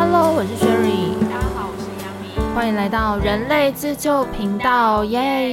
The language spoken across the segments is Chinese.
Hello， 我是 Sherry。 大家好，我是 Yami。 欢迎来到人类自救频道，耶！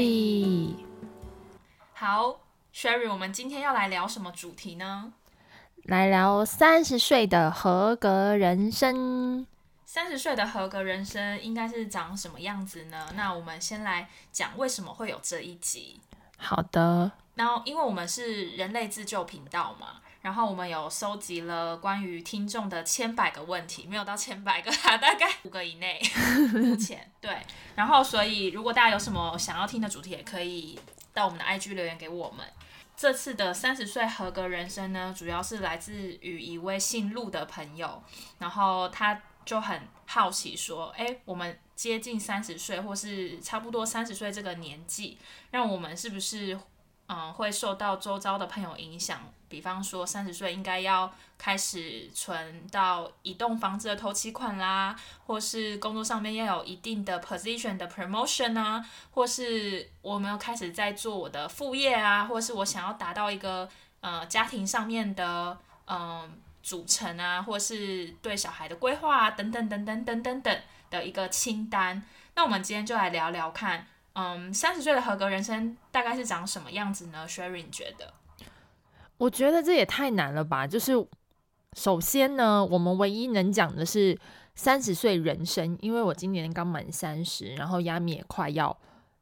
好 ，Sherry， 我们今天要来聊什么主题呢？ 来聊30岁的合格人生。 30岁的合格人生应该是长什么样子呢？那我们先来讲为什么会有这一集。 好的。 然后，因为我们是人类自救频道嘛，然后我们有收集了关于听众的1,100个问题，没有到1,100个大概5个以内，目前对。然后，所以如果大家有什么想要听的主题，也可以到我们的 IG 留言给我们。这次的30岁合格人生呢，主要是来自于一位姓陆的朋友，然后他就很好奇说，我们接近30岁，或是差不多30岁这个年纪，让我们是不是会受到周遭的朋友影响？比方说30岁应该要开始存到一栋房子的头期款啦，或是工作上面要有一定的 position 的 promotion 啊，或是我们要开始在做我的副业啊，或是我想要达到一个家庭上面的组成啊，或是对小孩的规划啊，等等等等等等等的一个清单。那我们今天就来聊聊看，30岁的合格人生大概是长什么样子呢 ？Sherry 你觉得？ 我觉得这也太难了吧！就是首先呢，我们唯一能讲的是30岁人生，因为我今年刚满30，然后亚米也快要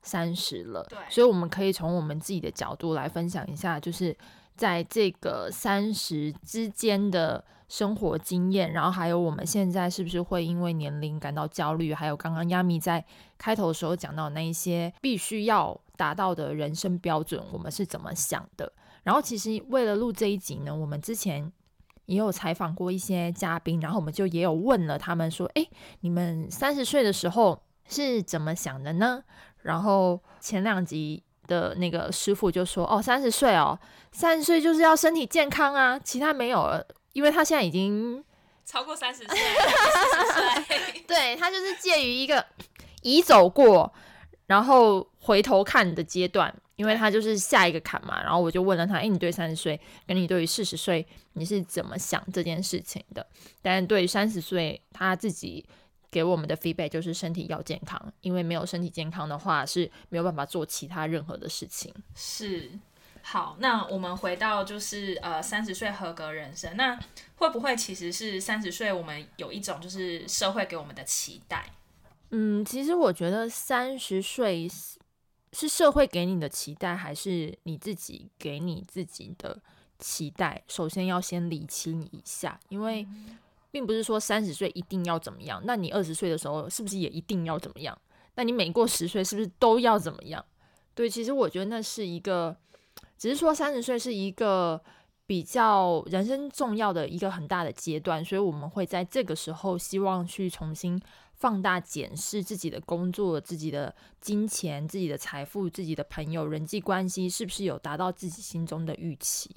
30了， 对， 所以我们可以从我们自己的角度来分享一下，就是在这个30之间的生活经验，然后还有我们现在是不是会因为年龄感到焦虑，还有刚刚亚米在开头的时候讲到那一些必须要达到的人生标准，我们是怎么想的。然后其实为了录这一集呢，我们之前也有采访过一些嘉宾，然后我们就也有问了他们说，你们30岁的时候是怎么想的呢？然后前2集的那个师傅就说，30岁30岁就是要身体健康啊，其他没有了，因为他现在已经超过30岁，40岁， 对，他就是介于一个已走过，然后回头看的阶段。因为他就是下一个坎嘛，然后我就问了他，你对30岁跟你对于40岁你是怎么想这件事情的？但是对于30岁他自己给我们的 feedback 就是身体要健康，因为没有身体健康的话是没有办法做其他任何的事情。 是。好，那我们回到就是30岁合格人生，那会不会其实是30岁我们有一种就是社会给我们的期待？ 其实我觉得30岁是社会给你的期待，还是你自己给你自己的期待？首先要先理清一下，因为并不是说30岁一定要怎么样，那你20岁的时候是不是也一定要怎么样？那你每过10岁是不是都要怎么样？对，其实我觉得那是一个，只是说30岁是一个比较人生重要的一个很大的阶段，所以我们会在这个时候希望去重新放大检视自己的工作、自己的金钱、自己的财富、自己的朋友、人际关系是不是有达到自己心中的预期。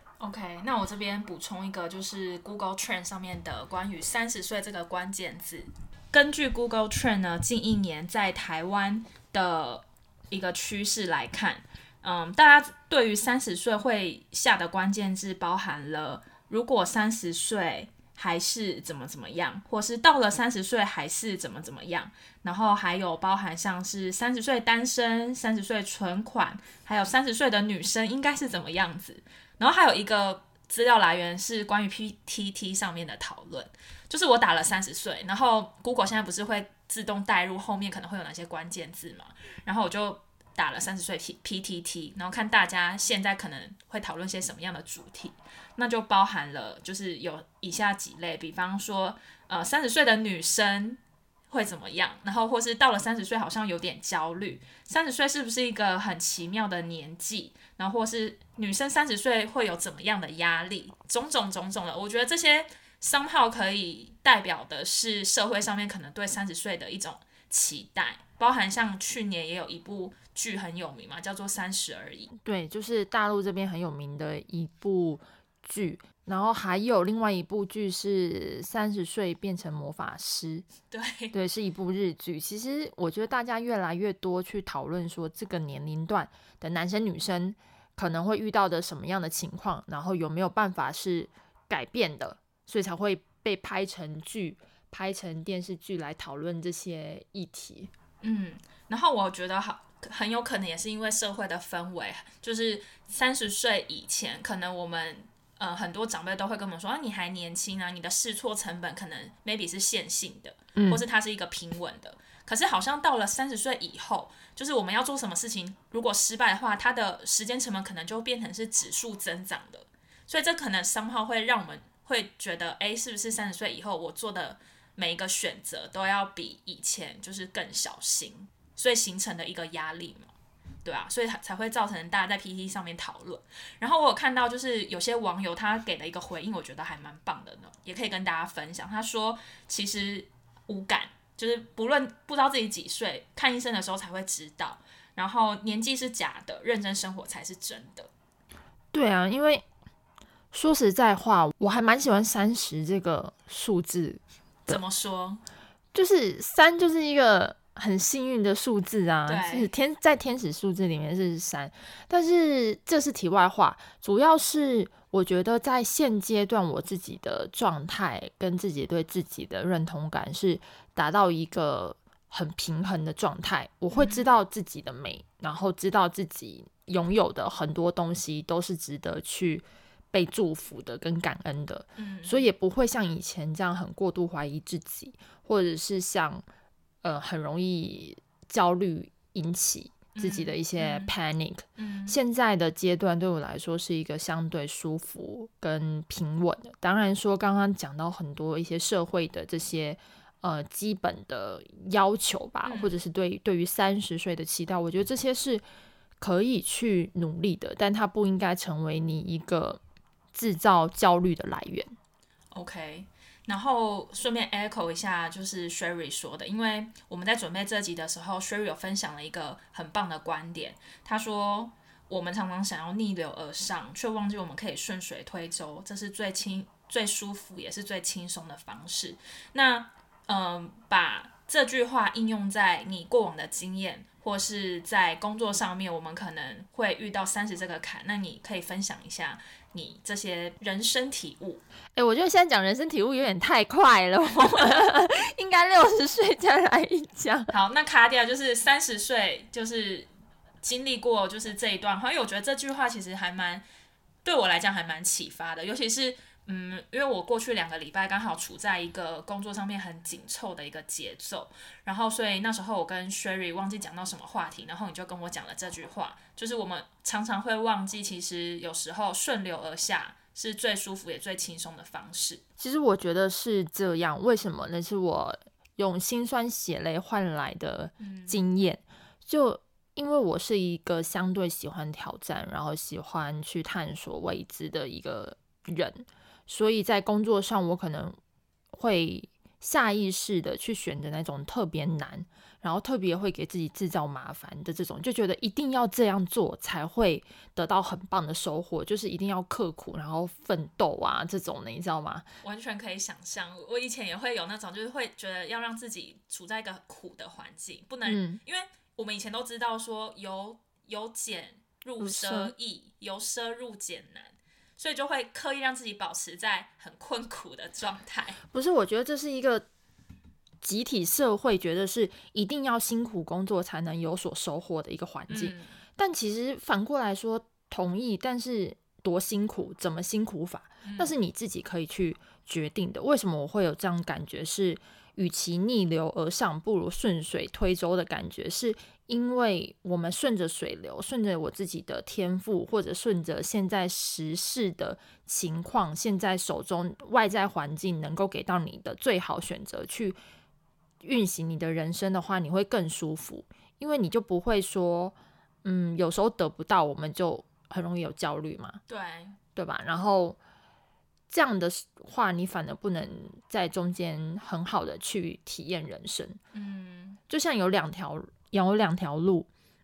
OK， 那我这边补充一个，就是 Google Trend 上面的关于30岁这个关键字。根据 Google Trend 呢，近1年在台湾的一个趋势来看，大家对于30岁会下的关键字包含了，如果30岁还是怎么怎么样，或是到了30岁还是怎么怎么样，然后还有包含像是30岁单身、30岁存款，还有30岁的女生应该是怎么样子。然后还有一个资料来源是关于 PTT 上面的讨论，就是我打了30岁，然后 Google 现在不是会自动带入后面可能会有哪些关键字嘛，然后我就打了30岁 PTT， 然后看大家现在可能会讨论些什么样的主题，那就包含了就是有以下几类，比方说30岁的女生会怎么样，然后或是到了30岁好像有点焦虑，30岁是不是一个很奇妙的年纪，然后或是女生30岁会有怎么样的压力，种种的，我觉得这些 somehow 可以代表的是社会上面可能对30岁的一种期待，包含像去年也有一部剧很有名嘛，叫做30而已。 对，就是大陆这边很有名的一部剧，然后还有另外一部剧是30岁变成魔法师，对，是一部日剧。其实我觉得大家越来越多去讨论说这个年龄段的男生女生可能会遇到的什么样的情况，然后有没有办法是改变的，所以才会被拍成剧， 拍成电视剧来讨论这些议题。 然后我觉得很有可能也是因为社会的氛围，就是30岁以前，可能我们很多长辈都会跟我们说你还年轻啊，你的试错成本可能 maybe 是线性的，或是它是一个平稳的。可是好像到了30岁以后，就是我们要做什么事情，如果失败的话，它的时间成本可能就变成是指数增长的。所以这可能somehow会让我们会觉得，是不是30岁以后我做的每一个选择都要比以前就是更小心，所以形成的一个压力嘛，对啊，所以才会造成大家在 PT 上面讨论。然后我有看到就是有些网友他给了一个回应，我觉得还蛮棒的呢，也可以跟大家分享。他说其实无感，就是不知道自己几岁，看医生的时候才会知道，然后年纪是假的，认真生活才是真的。 对啊，因为说实在话，我还蛮喜欢30这个数字。 怎么说？ 就是3就是一个很幸运的数字啊， 对， 在天使数字里面是3，但是这是题外话，主要是我觉得在现阶段我自己的状态跟自己对自己的认同感是达到一个很平衡的状态，我会知道自己的美，然后知道自己拥有的很多东西都是值得去被祝福的跟感恩的，所以也不会像以前这样很过度怀疑自己，或者是像很容易焦虑引起自己的一些 panic。现在的阶段对我来说是一个相对舒服跟平稳的。当然说刚刚讲到很多一些社会的这些基本的要求吧，或者是对于30岁的期待，我觉得这些是可以去努力的，但它不应该成为你一个制造焦虑的来源。 OK， 然后顺便 echo 一下就是 Sherry 说的，因为我们在准备这集的时候 Sherry 有分享了一个很棒的观点，他说我们常常想要逆流而上，却忘记我们可以顺水推舟，这是最舒服也是最轻松的方式。那把这句话应用在你过往的经验，或是在工作上面，我们可能会遇到30这个坎，那你可以分享一下你这些人生体悟。 我觉得现在讲人生体悟有点太快了，应该60岁再来一讲。 好，那卡迪亚就是30岁，就是经历过就是这一段话，因为我觉得这句话其实对我来讲还蛮启发的，尤其是因为我过去2个礼拜刚好处在一个工作上面很紧凑的一个节奏，然后所以那时候我跟 Sherry 忘记讲到什么话题，然后你就跟我讲了这句话，就是我们常常会忘记，其实有时候顺流而下是最舒服也最轻松的方式。 其实我觉得是这样，为什么呢？是我用辛酸血泪换来的经验，就因为我是一个相对喜欢挑战，然后喜欢去探索未知的一个人，所以在工作上我可能会下意识的去选择那种特别难，然后特别会给自己制造麻烦的这种，就觉得一定要这样做才会得到很棒的收获，就是一定要刻苦然后奋斗啊这种的，你知道吗？ 完全可以想象，我以前也会有那种，就是会觉得要让自己处在一个苦的环境，不能，因为我们以前都知道说由俭入奢易，由奢入俭难，所以就会刻意让自己保持在很困苦的状态。 不是，我觉得这是一个集体社会觉得是一定要辛苦工作才能有所收获的一个环境，但其实反过来说同意，但是多辛苦怎么辛苦法，那是你自己可以去决定的。为什么我会有这样感觉，是与其逆流而上不如顺水推舟的感觉，是因为我们顺着水流，顺着我自己的天赋，或者顺着现在时事的情况，现在手中外在环境能够给到你的最好选择去运行你的人生的话，你会更舒服，因为你就不会说有时候得不到我们就很容易有焦虑嘛，对吧？然后这样的话你反而不能在中间很好的去体验人生。就像有两条路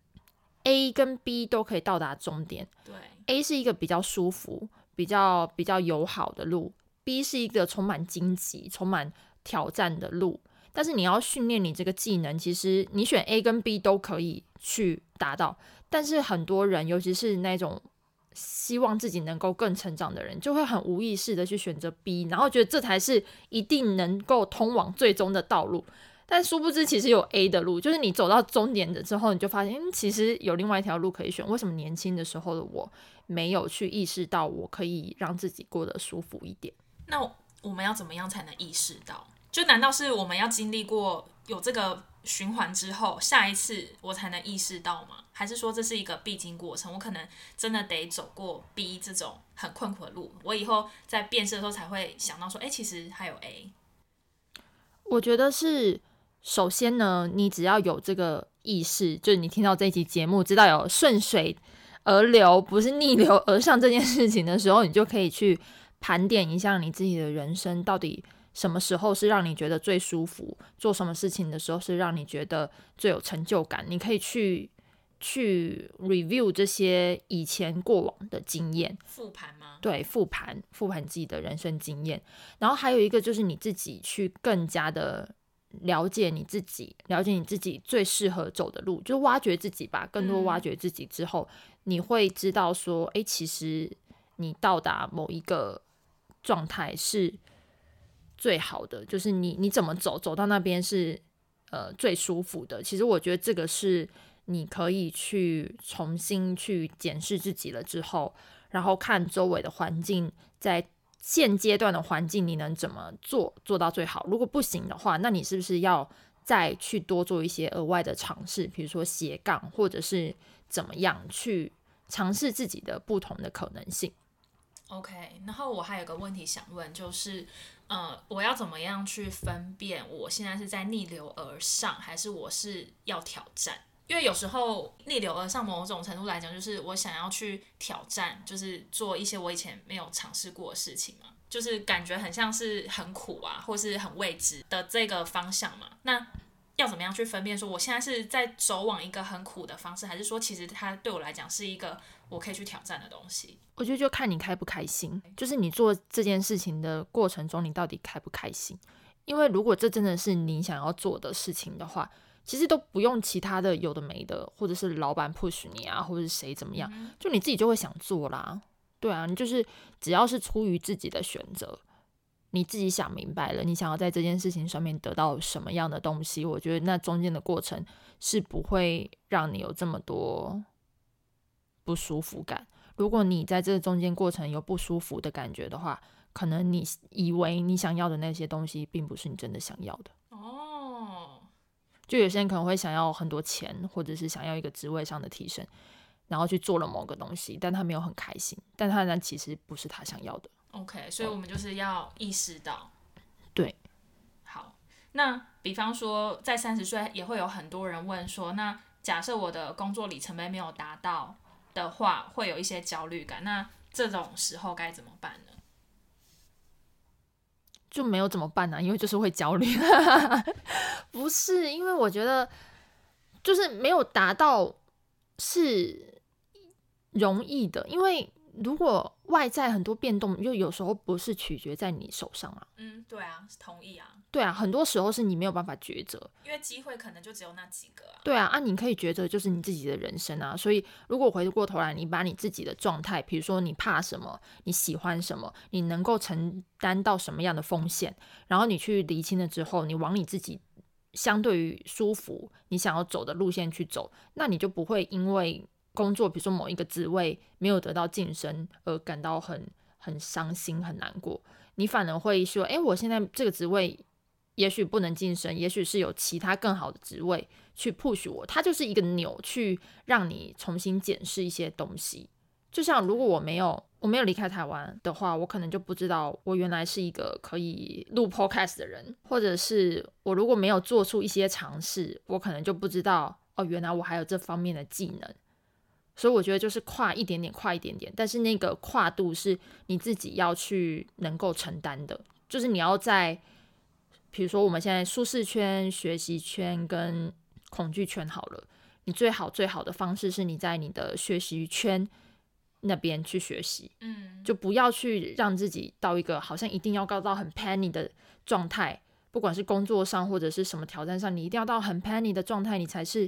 A 跟 B 都可以到达终点， 对， A 是一个比较舒服比较友好的路， B 是一个充满荆棘充满挑战的路，但是你要训练你这个技能，其实你选 A 跟 B 都可以去达到，但是很多人尤其是那种希望自己能够更成长的人，就会很无意识的去选择 B， 然后觉得这才是一定能够通往最终的道路。但殊不知其实有 A 的路，就是你走到终点的之后，你就发现其实有另外一条路可以选。为什么年轻的时候的我没有去意识到我可以让自己过得舒服一点？ 那我们要怎么样才能意识到？就难道是我们要经历过有这个循环之后，下一次我才能意识到吗？还是说这是一个必经过程？我可能真的得走过 B 这种很困苦的路，我以后在辨识的时候才会想到说，其实还有 A。 我觉得是，首先呢，你只要有这个意识，就是你听到这一集节目，知道有顺水而流，不是逆流而上这件事情的时候，你就可以去盘点一下你自己的人生，到底什么时候是让你觉得最舒服，做什么事情的时候是让你觉得最有成就感，你可以去 review 这些以前过往的经验， 复盘吗？ 对，复盘自己的人生经验。然后还有一个就是你自己去更加的了解你自己最适合走的路，就挖掘自己吧，更多挖掘自己之后，你会知道说，其实你到达某一个状态是最好的，就是你怎么走到那边是最舒服的。其实我觉得这个是你可以去重新去检视自己了之后，然后看周围的环境，在现阶段的环境你能怎么做到最好。如果不行的话，那你是不是要再去多做一些额外的尝试，比如说斜杠，或者是怎么样去尝试自己的不同的可能性。 OK， 然后我还有个问题想问，就是我要怎么样去分辨我现在是在逆流而上，还是我是要挑战？因为有时候逆流而上某种程度来讲，就是我想要去挑战，就是做一些我以前没有尝试过的事情嘛，就是感觉很像是很苦啊，或是很未知的这个方向嘛。那要怎么样去分辨说我现在是在走往一个很苦的方式，还是说其实它对我来讲是一个我可以去挑战的东西？ 我觉得就看你开不开心，就是你做这件事情的过程中，你到底开不开心。因为如果这真的是你想要做的事情的话，其实都不用其他的有的没的，或者是老板 push 你啊，或者是谁怎么样，就你自己就会想做啦。对啊，你就是只要是出于自己的选择，你自己想明白了，你想要在这件事情上面得到什么样的东西，我觉得那中间的过程是不会让你有这么多不舒服感。如果你在这中间过程有不舒服的感觉的话，可能你以为你想要的那些东西并不是你真的想要的。就有些人可能会想要很多钱，或者是想要一个职位上的提升，然后去做了某个东西，但他没有很开心，但他那其实不是他想要的。 OK， 所以我们就是要意识到。 对。 好，那比方说在30岁也会有很多人问说，那假设我的工作里程碑没有达到的话，会有一些焦虑感，那这种时候该怎么办呢？ 就没有怎么办呢？因为就是会焦虑。不是，因为我觉得就是没有达到是容易的，因为如果外在很多变动，又有时候不是取决在你手上啊。 对啊，同意啊。 对啊，很多时候是你没有办法抉择， 因为机会可能就只有那几个啊。 对啊，你可以抉择就是你自己的人生啊。所以如果回过头来，你把你自己的状态，比如说你怕什么，你喜欢什么，你能够承担到什么样的风险，然后你去厘清了之后，你往你自己相对于舒服你想要走的路线去走，那你就不会因为工作比如说某一个职位没有得到晋升而感到很伤心很难过。你反而会说我现在这个职位也许不能晋升，也许是有其他更好的职位去 push 我，它就是一个钮去让你重新检视一些东西。就像如果我没有离开台湾的话，我可能就不知道我原来是一个可以录 podcast 的人，或者是我如果没有做出一些尝试，我可能就不知道原来我还有这方面的技能。所以我觉得就是跨一点点，但是那个跨度是你自己要去能够承担的，就是你要在比如说我们现在舒适圈、学习圈跟恐惧圈好了，你最好的方式是你在你的学习圈那边去学习，就不要去让自己到一个好像一定要到很 panic 的状态，不管是工作上或者是什么挑战上，你一定要到很 panic 的状态，你才是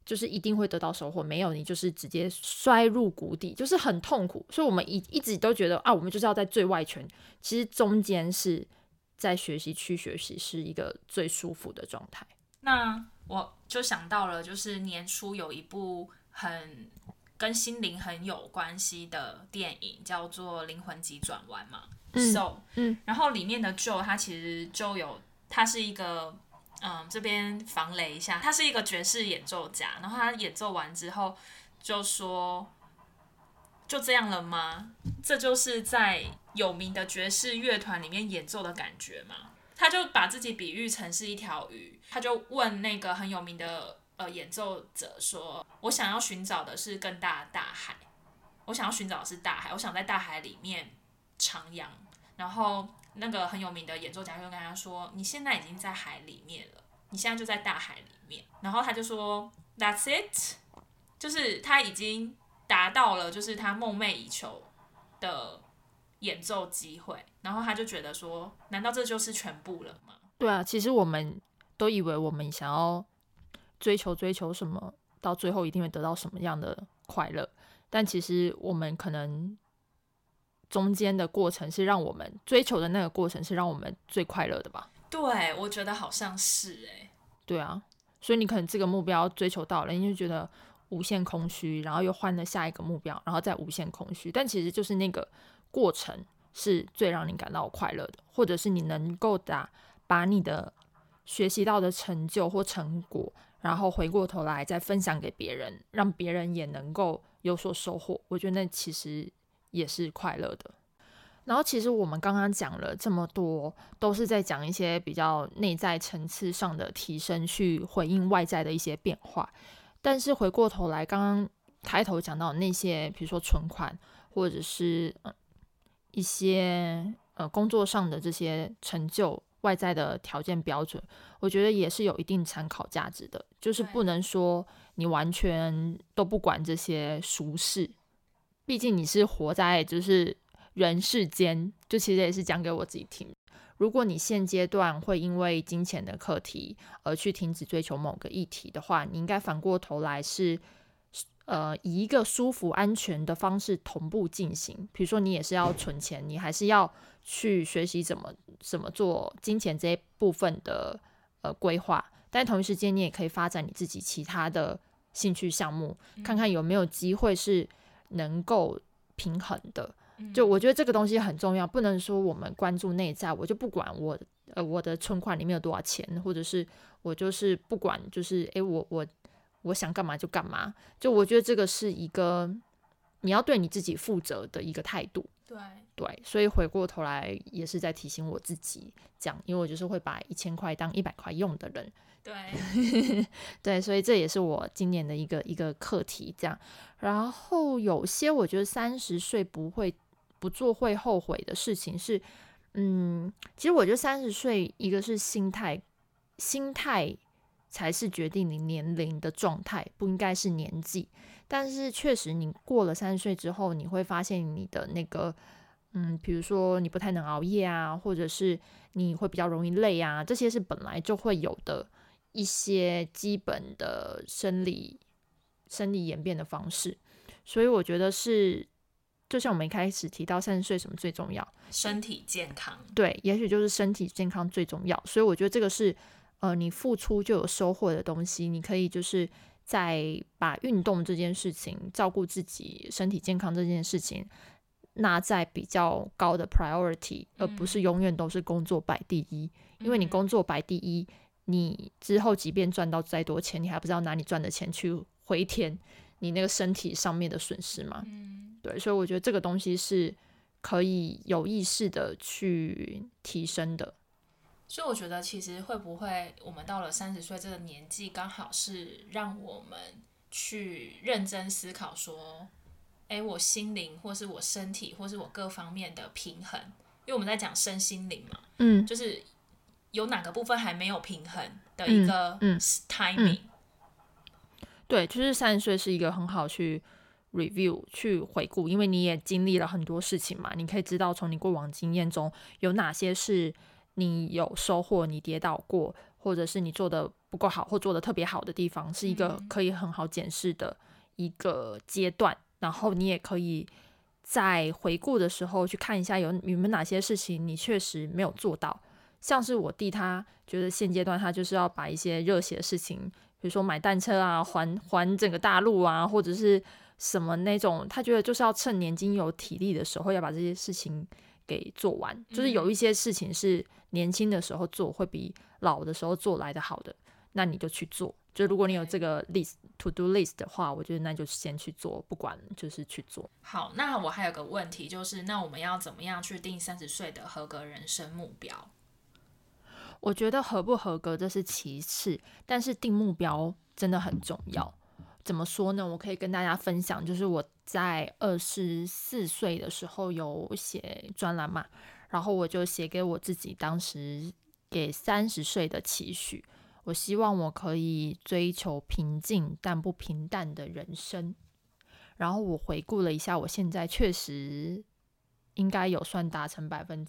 就是一定会得到收获，没有你就是直接摔入谷底，就是很痛苦。所以我们一直都觉得啊，我们就是要在最外圈，其实中间是在学习去学习，是一个最舒服的状态。 那我就想到了，就是年初有一部跟心灵很有关系的电影，叫做《灵魂急转弯》嘛。然后里面的 Joe 他其实他是一个这边防雷一下，他是一个爵士演奏家，然后他演奏完之后就说，就这样了吗？这就是在有名的爵士乐团里面演奏的感觉吗？他就把自己比喻成是一条鱼，他就问那个很有名的演奏者说，我想要寻找的是更大的大海，我想要寻找的是大海，我想在大海里面徜徉。然后那个很有名的演奏家就跟他说，你现在已经在海里面了，你现在就在大海里面。然后他就说 That's it， 就是他已经达到了就是他梦寐以求的演奏机会。然后他就觉得说，难道这就是全部了吗？ 对啊，其实我们都以为我们想要追求什么，到最后一定会得到什么样的快乐，但其实我们可能中间的过程是让我们追求的那个过程是让我们最快乐的吧。 对，我觉得好像是对啊，所以你可能这个目标追求到了，你就觉得无限空虚，然后又换了下一个目标，然后再无限空虚，但其实就是那个过程是最让你感到快乐的，或者是你能够把你的学习到的成就或成果，然后回过头来再分享给别人，让别人也能够有所收获，我觉得那其实也是快乐的。然后其实我们刚刚讲了这么多，都是在讲一些比较内在层次上的提升，去回应外在的一些变化。但是回过头来，刚刚开头讲到那些，比如说存款，或者是一些工作上的这些成就，外在的条件标准，我觉得也是有一定参考价值的。就是不能说你完全都不管这些俗事，毕竟你是活在就是人世间，就其实也是讲给我自己听。如果你现阶段会因为金钱的课题而去停止追求某个议题的话，你应该反过头来是以一个舒服安全的方式同步进行。比如说你也是要存钱，你还是要去学习怎么做金钱这一部分的规划，但同一时间你也可以发展你自己其他的兴趣项目，看看有没有机会是能够平衡的。就我觉得这个东西很重要，不能说我们关注内在，我就不管我的存款里面有多少钱，或者是我就是不管，就是我想干嘛就干嘛。就我觉得这个是一个你要对你自己负责的一个态度。对，所以回过头来也是在提醒我自己这样，因为我就是会把1000块当100块用的人。对，所以这也是我今年的一个课题这样。然后有些我觉得30岁不做会后悔的事情是，其实我觉得30岁一个是心态才是决定你年龄的状态，不应该是年纪。但是确实你过了30岁之后，你会发现你的那个比如说你不太能熬夜啊，或者是你会比较容易累啊，这些是本来就会有的一些基本的生理演变的方式。所以我觉得是，就像我们一开始提到30岁什么最重要， 身体健康。 对，也许就是身体健康最重要。所以我觉得这个是你付出就有收获的东西。你可以就是在把运动这件事情，照顾自己身体健康这件事情纳在比较高的 priority， 而不是永远都是工作摆第一。因为你工作摆第一，你之后即便赚到再多钱，你还不知道拿你赚的钱去回填你那个身体上面的损失嘛。对，所以我觉得这个东西是可以有意识的去提升的。 所以我觉得其实会不会我们到了30岁这个年纪，刚好是让我们去认真思考说，我心灵或是我身体或是我各方面的平衡，因为我们在讲身心灵嘛，就是有哪个部分还没有平衡的一个 timing。 对，就是30岁是一个很好去 review 去回顾，因为你也经历了很多事情嘛，你可以知道从你过往经验中有哪些是你有收获，你跌倒过，或者是你做的不够好或做的特别好的地方，是一个可以很好检视的一个阶段。然后你也可以在回顾的时候去看一下有没有哪些事情你确实没有做到。像是我弟他觉得现阶段他就是要把一些热血的事情，比如说买单车啊，环整个大陆啊，或者是什么那种，他觉得就是要趁年轻有体力的时候要把这些事情给做完。就是有一些事情是年轻的时候做会比老的时候做来的好的，那你就去做。就如果你有这个 to do list 的话，我觉得那就先去做，不管就是去做。 好，那我还有个问题，就是那我们要怎么样去定30岁的合格人生目标？ 我觉得合不合格这是其次，但是定目标真的很重要。怎么说呢？我可以跟大家分享，就是我在24岁的时候有写专栏嘛，然后我就写给我自己当时给30岁的期许。我希望我可以追求平静但不平淡的人生。然后我回顾了一下，我现在确实应该有算达成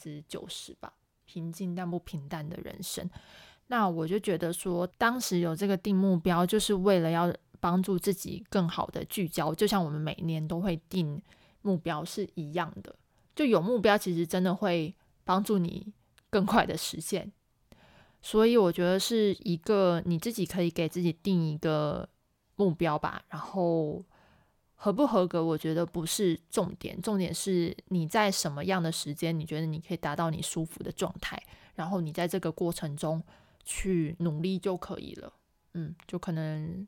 90%吧，平静但不平淡的人生。那我就觉得说，当时有这个定目标，就是为了要帮助自己更好的聚焦，就像我们每年都会定目标是一样的。就有目标其实真的会帮助你更快的实现。所以我觉得是一个你自己可以给自己定一个目标吧，然后合不合格我觉得不是重点，重点是你在什么样的时间你觉得你可以达到你舒服的状态，然后你在这个过程中去努力就可以了。就可能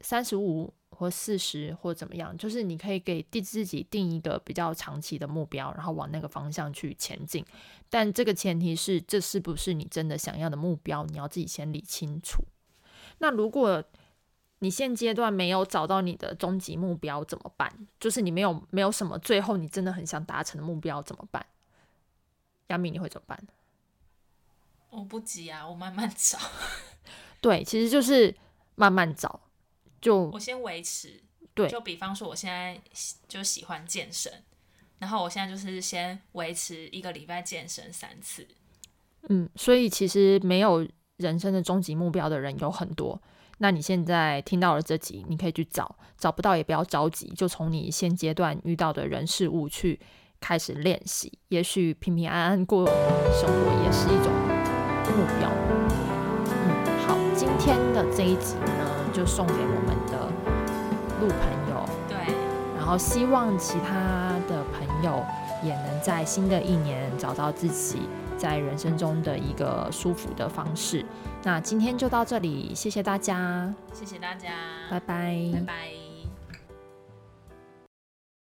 35或40或怎么样，就是你可以给自己定一个比较长期的目标，然后往那个方向去前进。但这个前提是这是不是你真的想要的目标，你要自己先理清楚。那如果你现阶段没有找到你的终极目标怎么办？就是你没有什么最后你真的很想达成的目标怎么办？亚米你会怎么办？ 我不急啊，我慢慢找。 对，其实就是慢慢找。 我先维持， 对， 就比方说我现在就喜欢健身，然后我现在就是先维持1个礼拜健身3次。 所以其实没有人生的终极目标的人有很多。那你现在听到了这集，你可以去找不到也不要着急，就从你现阶段遇到的人事物去开始练习，也许平平安安过生活也是一种目标。好，今天的这一集呢，就送给我们的路朋友， 对， 然后希望其他的朋友也能在新的一年找到自己在人生中的一个舒服的方式。那今天就到这里，谢谢大家， 谢谢大家， 拜拜， 拜拜。